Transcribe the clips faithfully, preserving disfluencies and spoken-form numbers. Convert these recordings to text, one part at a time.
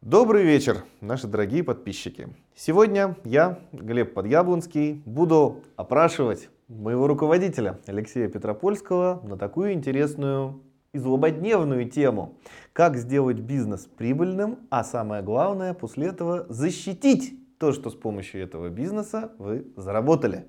Добрый вечер, наши дорогие подписчики. Сегодня я, Глеб Подъяблонский, буду опрашивать моего руководителя Алексея Петропольского на такую интересную и злободневную тему. Как сделать бизнес прибыльным, а самое главное, после этого защитить то, что с помощью этого бизнеса вы заработали.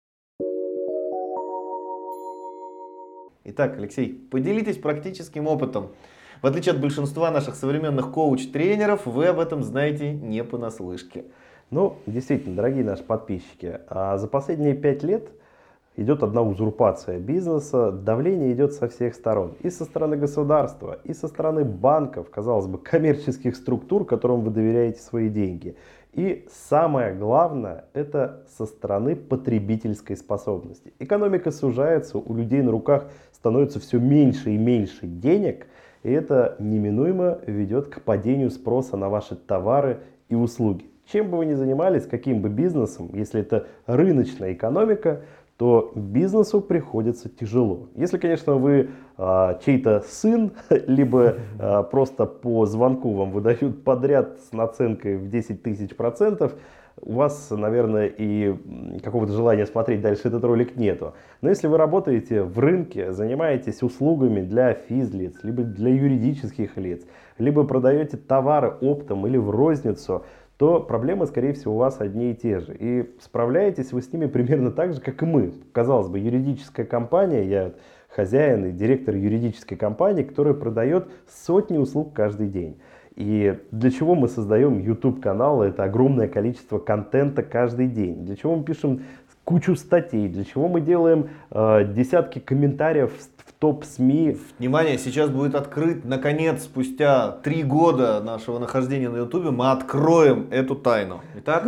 Итак, Алексей, поделитесь практическим опытом. В отличие от большинства наших современных коуч-тренеров, вы об этом знаете не понаслышке. Ну, действительно, дорогие наши подписчики, за последние пять лет идет одна узурпация бизнеса, давление идет со всех сторон. И со стороны государства, и со стороны банков, казалось бы, коммерческих структур, которым вы доверяете свои деньги. И самое главное, это со стороны потребительской способности. Экономика сужается, у людей на руках становится все меньше и меньше денег. И это неминуемо ведет к падению спроса на ваши товары и услуги. Чем бы вы ни занимались, каким бы бизнесом, если это рыночная экономика, то бизнесу приходится тяжело. Если, конечно, вы а, чей-то сын, либо а, просто по звонку вам выдают подряд с наценкой в десять тысяч процентов, у вас, наверное, и какого-то желания смотреть дальше этот ролик нету. Но если вы работаете в рынке, занимаетесь услугами для физлиц, либо для юридических лиц, либо продаете товары оптом или в розницу, то проблемы, скорее всего, у вас одни и те же. И справляетесь вы с ними примерно так же, как и мы. Казалось бы, юридическая компания, я хозяин и директор юридической компании, которая продает сотни услуг каждый день. И для чего мы создаем YouTube-канал? Это огромное количество контента каждый день. Для чего мы пишем кучу статей? Для чего мы делаем э, десятки комментариев в топ-СМИ? Внимание, сейчас будет открыт, наконец, спустя три года нашего нахождения на YouTube, мы откроем эту тайну. Итак?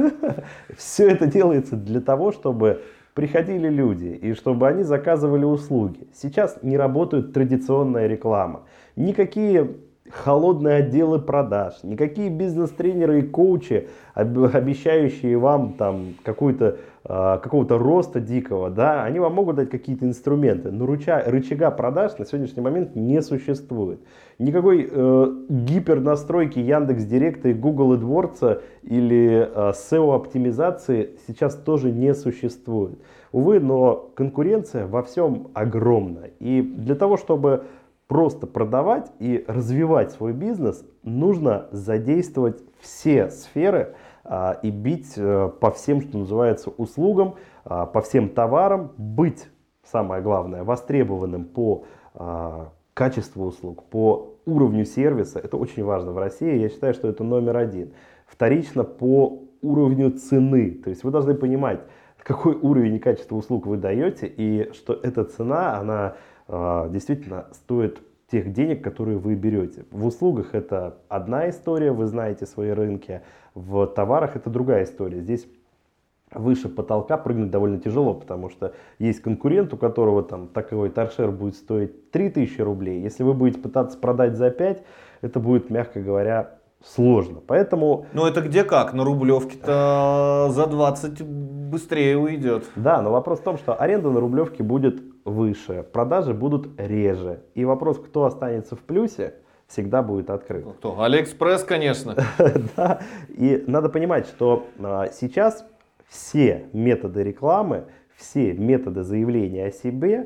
Все это делается для того, чтобы приходили люди и чтобы они заказывали услуги. Сейчас не работает традиционная реклама. Никакие холодные отделы продаж, никакие бизнес-тренеры и коучи, обещающие вам там какой-то, э, какого-то роста дикого, да, они вам могут дать какие-то инструменты, но рыча, рычага продаж на сегодняшний момент не существует. Никакой э, гипернастройки Яндекс.Директа и Google AdWords или э, сео-оптимизации сейчас тоже не существует. Увы, но конкуренция во всем огромна. И для того, чтобы просто продавать и развивать свой бизнес, нужно задействовать все сферы а, и бить а, по всем, что называется, услугам, а, по всем товарам, быть, самое главное, востребованным по а, качеству услуг, по уровню сервиса. Это очень важно в России, я считаю, что это номер один. Вторично, по уровню цены, то есть вы должны понимать, какой уровень и качество услуг вы даете, и что эта цена, она действительно стоит тех денег, которые вы берете. В услугах это одна история, вы знаете свои рынки, в товарах это другая история. Здесь выше потолка прыгнуть довольно тяжело, потому что есть конкурент, у которого там такой торшер будет стоить три тысячи рублей. Если вы будете пытаться продать за пять, это будет, мягко говоря, сложно. Поэтому... Ну это где как? На Рублевке-то за двадцать быстрее уйдет. Да, но вопрос в том, что аренда на Рублевке будет выше, продажи будут реже. И вопрос, кто останется в плюсе, всегда будет открыт. Кто? Алиэкспресс, конечно. Да, и надо понимать, что сейчас все методы рекламы, все методы заявления о себе,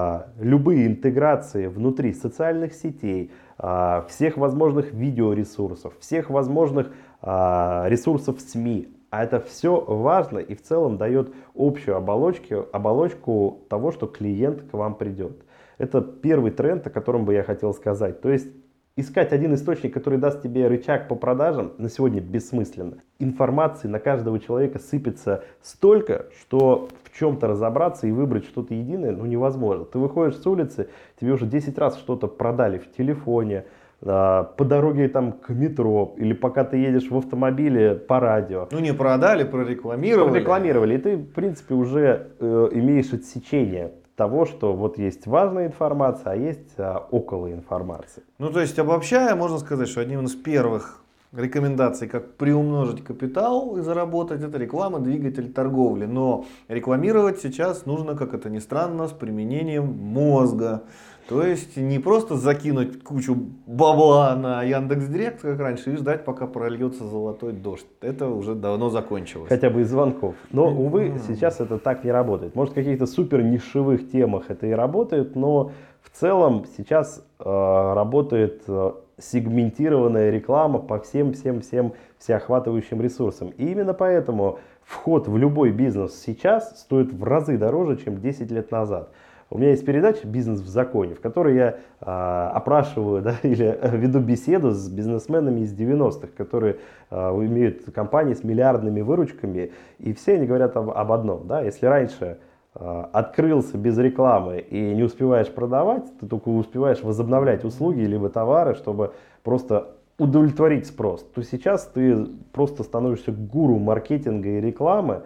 любые интеграции внутри социальных сетей, всех возможных видеоресурсов, всех возможных ресурсов СМИ, а это все важно и в целом дает общую оболочку, оболочку того, что клиент к вам придет. Это первый тренд, о котором бы я хотел сказать. То есть искать один источник, который даст тебе рычаг по продажам, на сегодня бессмысленно. Информации на каждого человека сыпется столько, что в чем-то разобраться и выбрать что-то единое ну, невозможно. Ты выходишь с улицы, тебе уже десять раз что-то продали в телефоне, по дороге там, к метро, или пока ты едешь в автомобиле по радио. Ну не продали, прорекламировали. Прорекламировали, и ты в принципе уже э, имеешь отсечение того, что вот есть важная информация, а есть а, около информации. Ну то есть обобщая, можно сказать, что одним из первых рекомендаций, как приумножить капитал и заработать, это реклама, двигатель торговли. Но рекламировать сейчас нужно, как это ни странно, с применением мозга. То есть не просто закинуть кучу бабла на Яндекс.Директ, как раньше, и ждать, пока прольется золотой дождь. Это уже давно закончилось. Хотя бы из звонков. Но, увы, сейчас это так не работает. Может, в каких-то супер нишевых темах это и работает, но в целом сейчас э, работает э, сегментированная реклама по всем-всем-всем всеохватывающим ресурсам. И именно поэтому вход в любой бизнес сейчас стоит в разы дороже, чем десять лет назад. У меня есть передача «Бизнес в законе», в которой я э, опрашиваю, да, или веду беседу с бизнесменами из девяностых, которые э, имеют компании с миллиардными выручками, и все они говорят об, об одном. Да, если раньше э, открылся без рекламы и не успеваешь продавать, ты только успеваешь возобновлять услуги либо товары, чтобы просто удовлетворить спрос, то сейчас ты просто становишься гуру маркетинга и рекламы.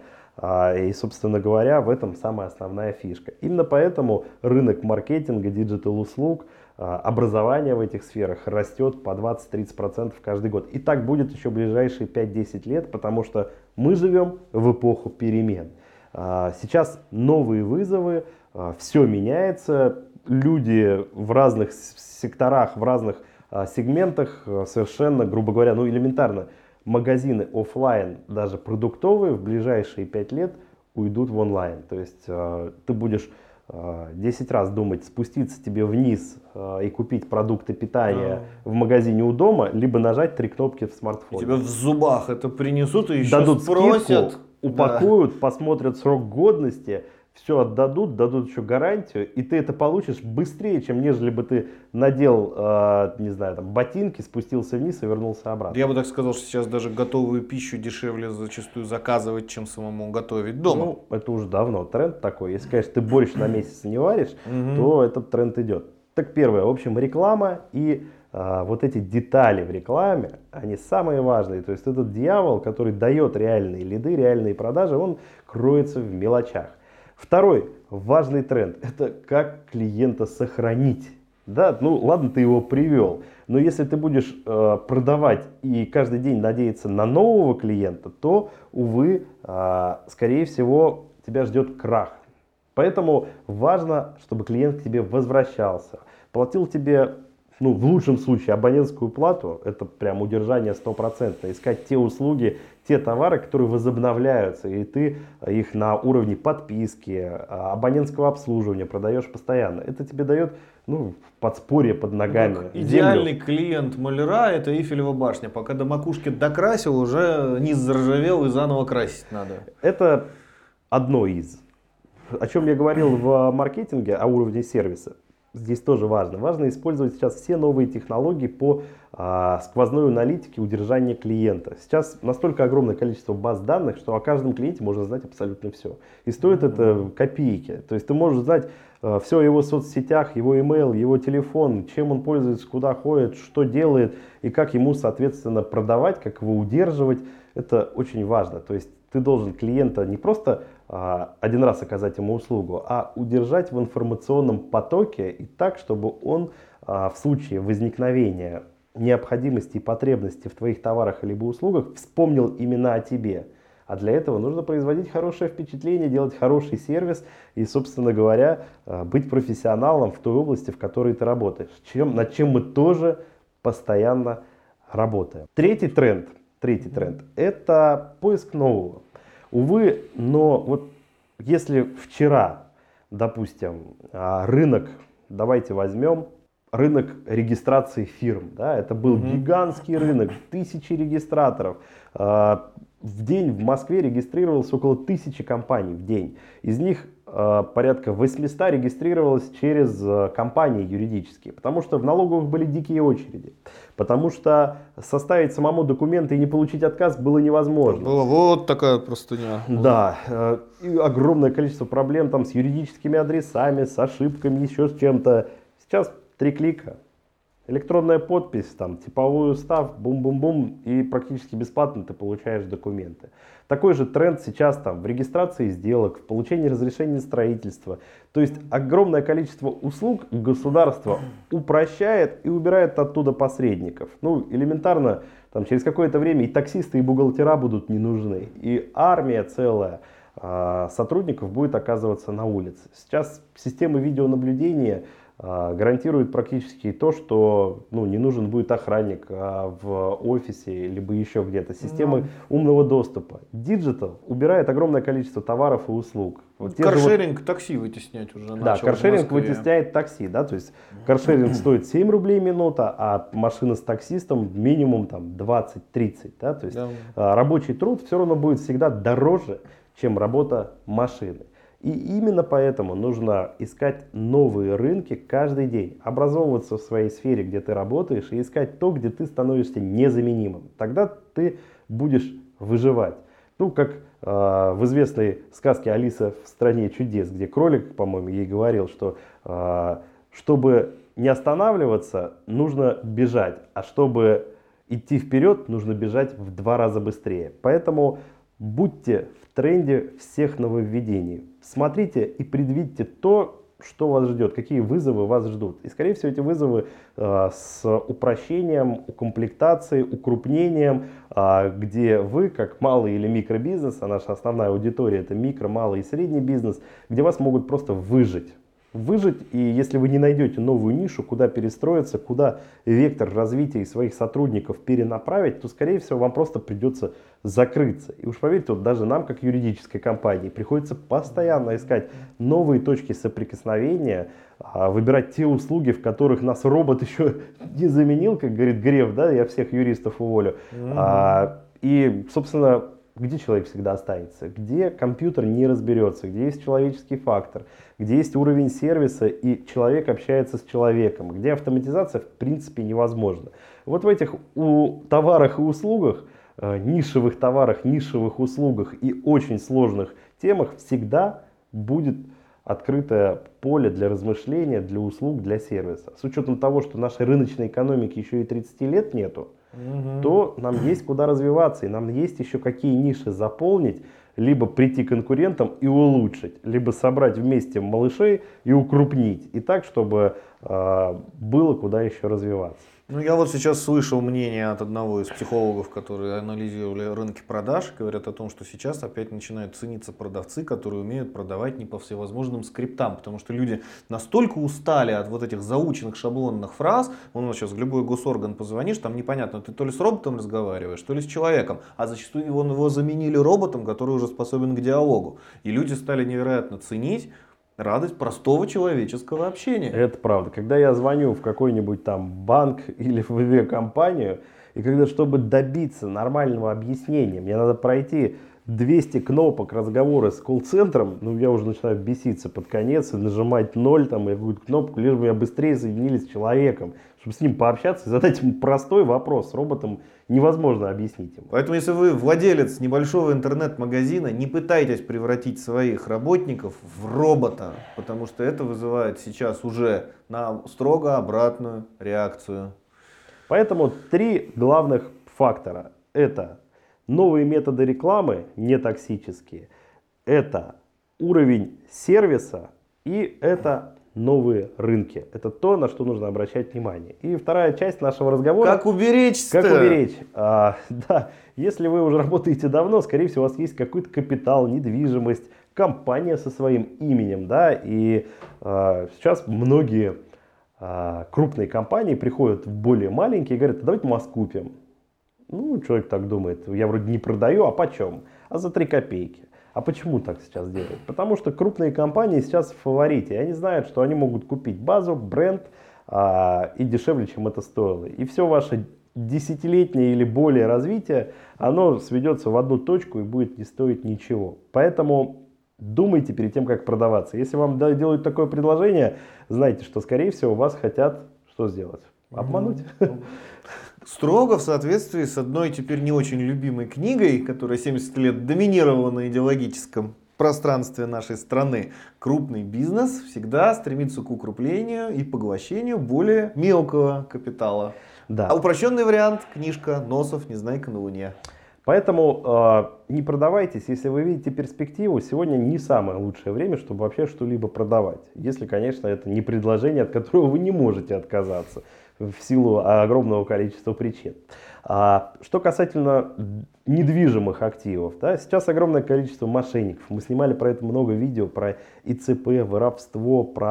И, собственно говоря, в этом самая основная фишка. Именно поэтому рынок маркетинга, диджитал-услуг, образования в этих сферах растет по двадцать-тридцать процентов каждый год. И так будет еще ближайшие пять-десять лет, потому что мы живем в эпоху перемен. Сейчас новые вызовы, все меняется, люди в разных секторах, в разных сегментах совершенно, грубо говоря, ну элементарно, магазины офлайн, даже продуктовые, в ближайшие пять лет уйдут в онлайн. То есть э, ты будешь э, десять раз думать, спуститься тебе вниз э, и купить продукты питания а. в магазине у дома, либо нажать три кнопки в смартфоне. И тебя в зубах это принесут и еще дадут спросят. Скидку, упакуют, да. Посмотрят срок годности, все отдадут, дадут еще гарантию, и ты это получишь быстрее, чем нежели бы ты надел, э, не знаю, там, ботинки, спустился вниз и вернулся обратно. Я бы так сказал, что сейчас даже готовую пищу дешевле зачастую заказывать, чем самому готовить дома. Ну, это уже давно тренд такой. Если, конечно, ты борщ на месяц не варишь, угу. то этот тренд идет. Так первое, в общем, реклама и э, вот эти детали в рекламе, они самые важные. То есть этот дьявол, который дает реальные лиды, реальные продажи, он кроется в мелочах. Второй важный тренд – это как клиента сохранить. Да, ну ладно, ты его привел, но если ты будешь э, продавать и каждый день надеяться на нового клиента, то, увы, э, скорее всего, тебя ждет крах. Поэтому важно, чтобы клиент к тебе возвращался, платил тебе, ну, в лучшем случае, абонентскую плату, это прям удержание стопроцентное, искать те услуги, те товары, которые возобновляются, и ты их на уровне подписки, абонентского обслуживания продаешь постоянно. Это тебе дает, ну, подспорье под ногами. Ну, идеальный клиент маляра – это Эйфелева башня. Пока до макушки докрасил, уже низ заржавел и заново красить надо. Это одно из. О чем я говорил в маркетинге, о уровне сервиса. Здесь тоже важно. Важно использовать сейчас все новые технологии по а, сквозной аналитике удержания клиента. Сейчас настолько огромное количество баз данных, что о каждом клиенте можно знать абсолютно все. И стоит mm-hmm. это копейки. То есть ты можешь знать а, все о его соцсетях, его имейл, его телефон, чем он пользуется, куда ходит, что делает и как ему, соответственно, продавать, как его удерживать. Это очень важно. То есть ты должен клиента не просто а, один раз оказать ему услугу, а удержать в информационном потоке и так, чтобы он а, в случае возникновения необходимости и потребности в твоих товарах либо услугах вспомнил именно о тебе. А для этого нужно производить хорошее впечатление, делать хороший сервис и, собственно говоря, а, быть профессионалом в той области, в которой ты работаешь, чем, над чем мы тоже постоянно работаем. Третий тренд. Третий тренд – это поиск нового. Увы, но вот если вчера, допустим, рынок, давайте возьмем рынок регистрации фирм, да, это был mm-hmm. гигантский рынок, тысячи регистраторов. В день в Москве регистрировалось около тысячи компаний в день. Из них э, порядка восемьсот регистрировалось через э, компании юридические, потому что в налоговых были дикие очереди, потому что составить самому документы и не получить отказ было невозможно. Было вот такая простыня. Да, э, и огромное количество проблем там с юридическими адресами, с ошибками, еще с чем-то. Сейчас три клика. Электронная подпись, там, типовой устав, бум-бум-бум, и практически бесплатно ты получаешь документы. Такой же тренд сейчас там, в регистрации сделок, в получении разрешения на строительство. То есть огромное количество услуг государство упрощает и убирает оттуда посредников. Ну, элементарно, там, через какое-то время и таксисты, и бухгалтера будут не нужны. И армия целая э, сотрудников будет оказываться на улице. Сейчас системы видеонаблюдения а, гарантирует практически то, что ну, не нужен будет охранник а, в офисе либо еще где-то. Системы Ну. умного доступа. Digital убирает огромное количество товаров и услуг. Вот те же вот- Каршеринг такси вытеснять уже Да, начал в каршеринг Москве. вытесняет такси, да, то есть каршеринг стоит семь рублей минута, а машина с таксистом минимум там двадцать-тридцать, да, то есть Да. а, рабочий труд все равно будет всегда дороже, чем работа машины. И именно поэтому нужно искать новые рынки каждый день, образовываться в своей сфере, где ты работаешь, и искать то, где ты становишься незаменимым. Тогда ты будешь выживать. Ну, как э, в известной сказке «Алиса в стране чудес», где кролик, по-моему, ей говорил, что э, чтобы не останавливаться, нужно бежать, а чтобы идти вперед, нужно бежать в два раза быстрее. Поэтому будьте в тренде всех нововведений. Смотрите и предвидьте то, что вас ждет, какие вызовы вас ждут. И, скорее всего, эти вызовы э, с упрощением, укомплектацией, укрупнением, э, где вы, как малый или микробизнес, а наша основная аудитория это микро, малый и средний бизнес, где вас могут просто выжить. Выжить, и если вы не найдете новую нишу, куда перестроиться, куда вектор развития своих сотрудников перенаправить, то, скорее всего, вам просто придется закрыться. И уж поверьте, вот даже нам, как юридической компании, приходится постоянно искать новые точки соприкосновения, выбирать те услуги, в которых нас робот еще не заменил, как говорит Греф, да, я всех юристов уволю. Mm-hmm. И, собственно, где человек всегда останется, где компьютер не разберется, где есть человеческий фактор, где есть уровень сервиса и человек общается с человеком, где автоматизация в принципе невозможна. Вот в этих у, товарах и услугах, э, нишевых товарах, нишевых услугах и очень сложных темах всегда будет открытое поле для размышления, для услуг, для сервиса. С учетом того, что нашей рыночной экономики еще и тридцати лет нету, угу. то нам есть куда развиваться, и нам есть еще какие ниши заполнить, либо прийти к конкурентам и улучшить, либо собрать вместе малышей и укрупнить, и так, чтобы э, было куда еще развиваться. Ну, я вот сейчас слышал мнение от одного из психологов, которые анализировали рынки продаж, говорят о том, что сейчас опять начинают цениться продавцы, которые умеют продавать не по всевозможным скриптам, потому что люди настолько устали от вот этих заученных шаблонных фраз. Вон сейчас в любой госорган позвонишь, там непонятно, ты то ли с роботом разговариваешь, то ли с человеком, а зачастую его, его заменили роботом, который уже способен к диалогу. И люди стали невероятно ценить радость простого человеческого общения. Это правда. Когда я звоню в какой-нибудь там банк или в авиакомпанию, и когда, чтобы добиться нормального объяснения, мне надо пройти двести кнопок разговора с колл-центром, ну я уже начинаю беситься под конец и нажимать ноль там, и какую-то кнопку, лишь бы меня быстрее соединили с человеком, чтобы с ним пообщаться и задать ему простой вопрос. С роботом невозможно объяснить ему. Поэтому, если вы владелец небольшого интернет-магазина, не пытайтесь превратить своих работников в робота, потому что это вызывает сейчас уже на строго обратную реакцию. Поэтому три главных фактора. Это новые методы рекламы, не токсические. Это уровень сервиса и это новые рынки. Это то, на что нужно обращать внимание. И вторая часть нашего разговора. Как уберечься? Как уберечь? А, да, если вы уже работаете давно, скорее всего, у вас есть какой-то капитал, недвижимость, компания со своим именем, да, и а, сейчас многие а, крупные компании приходят в более маленькие и говорят: а давайте мы вас купим. Ну, человек так думает: я вроде не продаю, а почем? А за три копейки. А почему так сейчас делают? Потому что крупные компании сейчас в фаворите. И они знают, что они могут купить базу, бренд а, и дешевле, чем это стоило. И все ваше десятилетнее или более развитие, оно сведется в одну точку и будет не стоить ничего. Поэтому думайте перед тем, как продаваться. Если вам делают такое предложение, знайте, что, скорее всего, вас хотят что сделать? Обмануть. Строго в соответствии с одной теперь не очень любимой книгой, которая семьдесят лет доминировала на идеологическом пространстве нашей страны. Крупный бизнес всегда стремится к укруплению и поглощению более мелкого капитала. Да. А упрощенный вариант — книжка «Носов. Незнайка на Луне». Поэтому э, не продавайтесь, если вы видите перспективу. Сегодня не самое лучшее время, чтобы вообще что-либо продавать. Если, конечно, это не предложение, от которого вы не можете отказаться в силу огромного количества причин. А, что касательно недвижимых активов, да, сейчас огромное количество мошенников. Мы снимали про это много видео, про ИЦП, воровство, про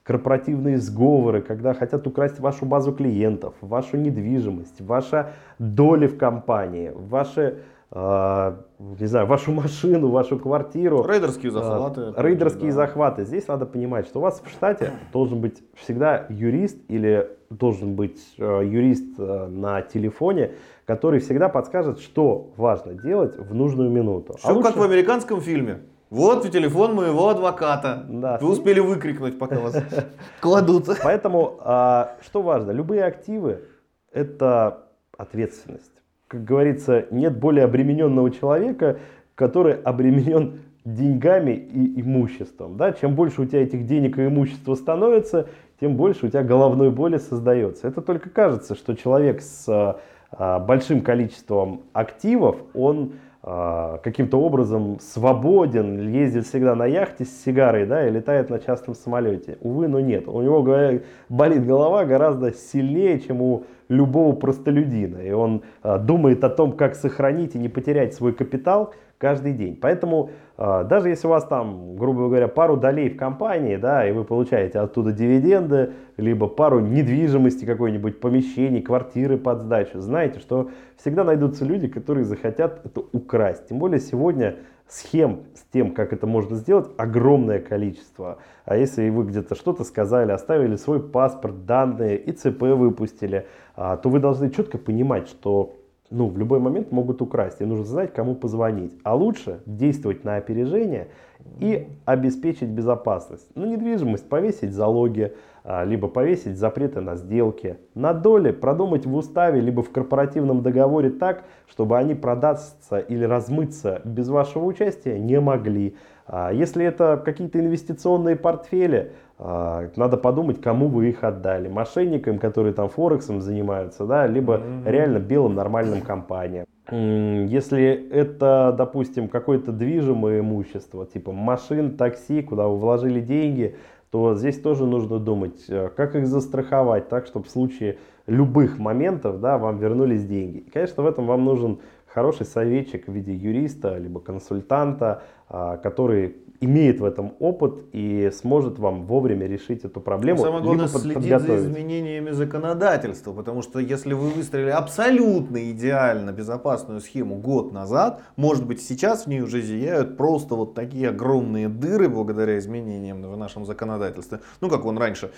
корпоративные сговоры, когда хотят украсть вашу базу клиентов, вашу недвижимость, ваши доли в компании, ваши, э, не знаю, вашу машину, вашу квартиру. Рейдерские захваты. Э, рейдерские да. захваты. Здесь надо понимать, что у вас в штате должен быть всегда юрист или должен быть э, юрист э, на телефоне, который всегда подскажет, что важно делать в нужную минуту. Все а лучше... как в американском фильме. Вот телефон моего адвоката. Да. Вы успели выкрикнуть, пока вас кладут. Поэтому, а, что важно, любые активы – это ответственность. Как говорится, нет более обремененного человека, который обременен деньгами и имуществом. Да? Чем больше у тебя этих денег и имущества становится, тем больше у тебя головной боли создается. Это только кажется, что человек с а, большим количеством активов, он каким-то образом свободен, ездит всегда на яхте с сигарой, да, и летает на частном самолете. Увы, но нет. У него болит голова гораздо сильнее, чем у любого простолюдина. И он а, думает о том, как сохранить и не потерять свой капитал каждый день. Поэтому а, даже если у вас там, грубо говоря, пару долей в компании, да, и вы получаете оттуда дивиденды, либо пару недвижимости, какой-нибудь помещений, квартиры под сдачу, знайте, что всегда найдутся люди, которые захотят это украсть. Тем более сегодня схем с тем, как это можно сделать, огромное количество. А если вы где-то что-то сказали, оставили свой паспорт, данные, и ЦП выпустили, то вы должны четко понимать, что ну, в любой момент могут украсть, и нужно знать, кому позвонить. А лучше действовать на опережение и обеспечить безопасность. На недвижимость повесить залоги, либо повесить запреты на сделки. На доли продумать в уставе, либо в корпоративном договоре так, чтобы они продаться или размыться без вашего участия не могли. Если это какие-то инвестиционные портфели, надо подумать, кому вы их отдали. Мошенникам, которые там Форексом занимаются, да, либо mm-hmm. реально белым нормальным компаниям. Если это, допустим, какое-то движимое имущество, типа машин, такси, куда вы вложили деньги, то здесь тоже нужно думать, как их застраховать так, чтобы в случае любых моментов, да, вам вернулись деньги. И, конечно, в этом вам нужен хороший советчик в виде юриста, либо консультанта, который имеет в этом опыт и сможет вам вовремя решить эту проблему. Самое главное, следить за изменениями законодательства, потому что если вы выстроили абсолютно идеально безопасную схему год назад, может быть сейчас в ней уже зияют просто вот такие огромные дыры благодаря изменениям в нашем законодательстве. Ну как он раньше...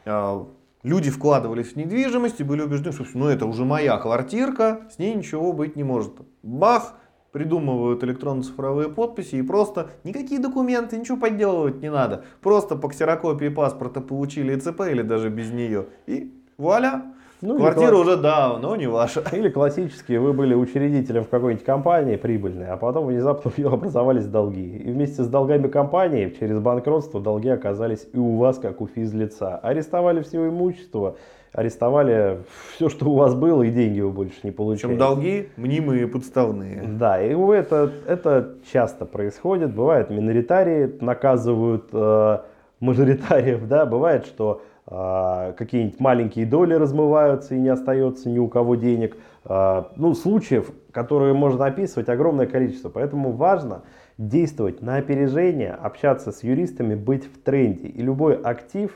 Люди вкладывались в недвижимость и были убеждены, что ну, это уже моя квартирка, с ней ничего быть не может. Бах! Придумывают электронно-цифровые подписи и просто никакие документы, ничего подделывать не надо. Просто по ксерокопии паспорта получили ИЦП или даже без нее. И вуаля! Ну, квартира класс... уже давно не ваша. Или классические, вы были учредителем в какой-нибудь компании прибыльной, а потом внезапно у нее образовались долги. И вместе с долгами компании через банкротство долги оказались и у вас, как у физлица. Арестовали все имущество, арестовали все, что у вас было, и деньги вы больше не получаете. Причем долги мнимые, подставные. Да, и это, это часто происходит. Бывает, миноритарии наказывают э, мажоритариев, да, бывает, что какие-нибудь маленькие доли размываются и не остается ни у кого денег. Ну, случаев, которые можно описывать, огромное количество. Поэтому важно действовать на опережение, общаться с юристами, быть в тренде. И любой актив,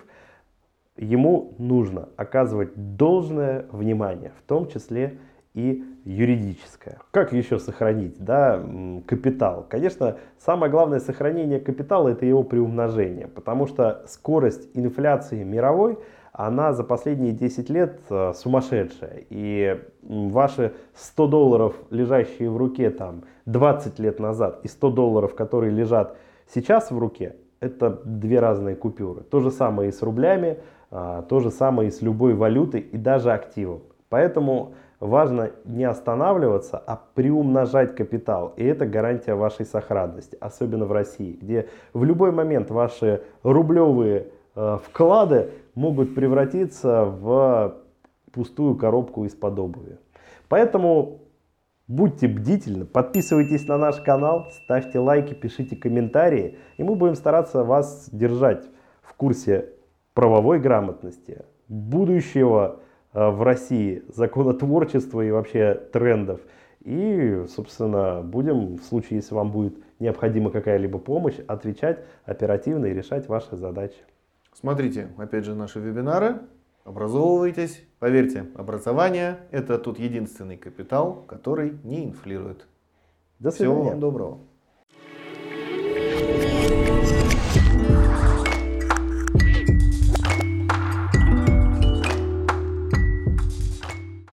ему нужно оказывать должное внимание, в том числе и юридическое. Как еще сохранить, да, капитал? Конечно, самое главное сохранение капитала — это его приумножение, потому что скорость инфляции мировой, она за последние десять лет сумасшедшая. И ваши сто долларов, лежащие в руке там двадцать лет назад, и сто долларов, которые лежат сейчас в руке, это две разные купюры. То же самое и с рублями, то же самое и с любой валютой и даже активом. Поэтому важно не останавливаться, а приумножать капитал. И это гарантия вашей сохранности, особенно в России, где в любой момент ваши рублевые э, вклады могут превратиться в пустую коробку из-под обуви. Поэтому будьте бдительны, подписывайтесь на наш канал, ставьте лайки, пишите комментарии, и мы будем стараться вас держать в курсе правовой грамотности, будущего в России, законотворчества и вообще трендов. И, собственно, будем, в случае, если вам будет необходима какая-либо помощь, отвечать оперативно и решать ваши задачи. Смотрите, опять же, наши вебинары, образовывайтесь. Поверьте, образование – это тут единственный капитал, который не инфлирует. До Всего свидания. вам доброго.